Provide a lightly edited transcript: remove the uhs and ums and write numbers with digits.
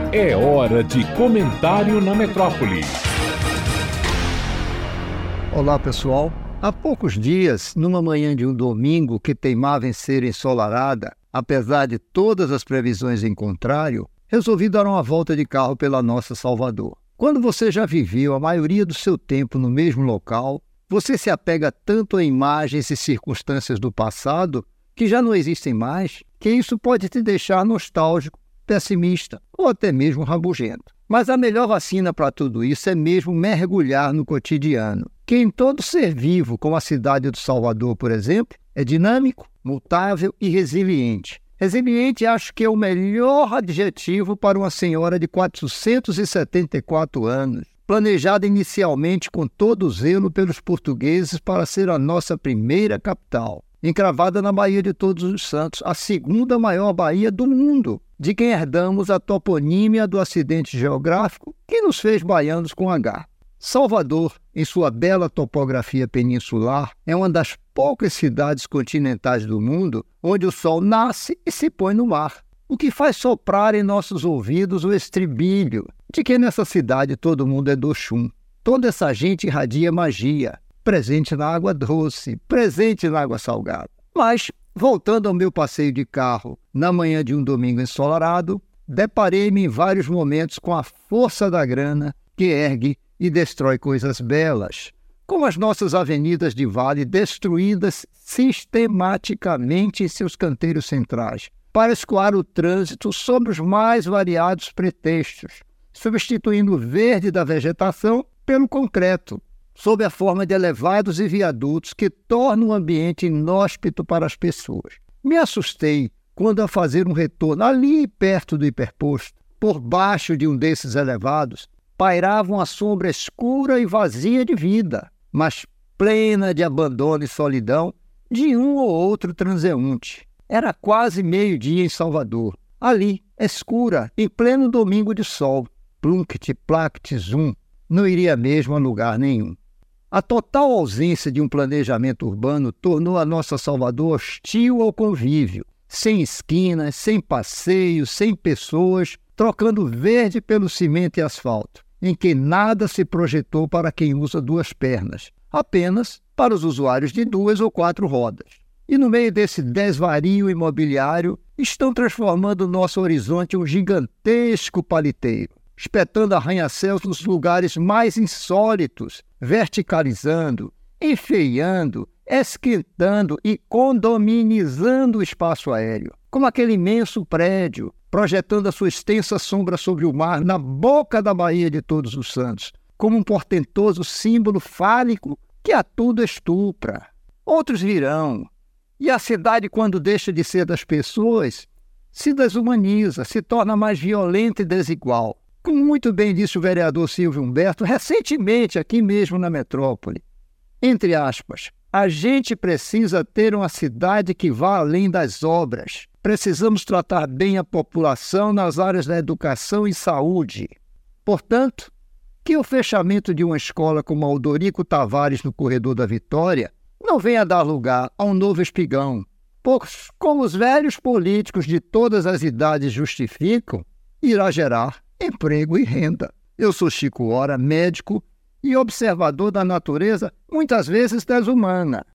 É hora de comentário na metrópole. Olá, pessoal. Há poucos dias, numa manhã de um domingo que teimava em ser ensolarada, apesar de todas as previsões em contrário, resolvi dar uma volta de carro pela nossa Salvador. Quando você já viveu a maioria do seu tempo no mesmo local, você se apega tanto a imagens e circunstâncias do passado que já não existem mais, que isso pode te deixar nostálgico, pessimista ou até mesmo rabugento. Mas a melhor vacina para tudo isso é mesmo mergulhar no cotidiano, que em todo ser vivo, como a cidade do Salvador, por exemplo, é dinâmico, mutável e resiliente. Resiliente acho que é o melhor adjetivo para uma senhora de 474 anos, planejada inicialmente com todo zelo pelos portugueses para ser a nossa primeira capital, encravada na Baía de Todos os Santos, a segunda maior baía do mundo, de quem herdamos a toponímia do acidente geográfico que nos fez baianos com H. Salvador, em sua bela topografia peninsular, é uma das poucas cidades continentais do mundo onde o sol nasce e se põe no mar, o que faz soprar em nossos ouvidos o estribilho de que nessa cidade todo mundo é do Oxum. Toda essa gente irradia magia, presente na água doce, presente na água salgada. Mas, voltando ao meu passeio de carro na manhã de um domingo ensolarado, deparei-me em vários momentos com a força da grana que ergue e destrói coisas belas, como as nossas avenidas de vale destruídas sistematicamente em seus canteiros centrais, para escoar o trânsito sob os mais variados pretextos, substituindo o verde da vegetação pelo concreto, sob a forma de elevados e viadutos que tornam o ambiente inóspito para as pessoas. Me assustei quando, a fazer um retorno ali perto do hiperposto, por baixo de um desses elevados, pairava uma sombra escura e vazia de vida, mas plena de abandono e solidão de um ou outro transeunte. Era quase meio-dia em Salvador. Ali, escura, em pleno domingo de sol, plunct, plact, zum, não iria mesmo a lugar nenhum. A total ausência de um planejamento urbano tornou a nossa Salvador hostil ao convívio, sem esquinas, sem passeios, sem pessoas, trocando verde pelo cimento e asfalto, em que nada se projetou para quem usa duas pernas, apenas para os usuários de 2 ou 4 rodas. E no meio desse desvario imobiliário, estão transformando o nosso horizonte em um gigantesco paliteiro, espetando arranha-céus nos lugares mais insólitos, verticalizando, enfeiando, esquentando e condominizando o espaço aéreo, como aquele imenso prédio, projetando a sua extensa sombra sobre o mar na boca da Baía de Todos os Santos, como um portentoso símbolo fálico que a tudo estupra. Outros virão, e a cidade, quando deixa de ser das pessoas, se desumaniza, se torna mais violenta e desigual. Como muito bem disse o vereador Silvio Humberto recentemente aqui mesmo na metrópole. Entre aspas, a gente precisa ter uma cidade que vá além das obras. Precisamos tratar bem a população nas áreas da educação e saúde. Portanto, que o fechamento de uma escola como a Odorico Tavares no Corredor da Vitória não venha dar lugar a um novo espigão, pois, como os velhos políticos de todas as idades justificam, irá gerar emprego e renda. Eu sou Chico Hora, médico e observador da natureza, muitas vezes desumana.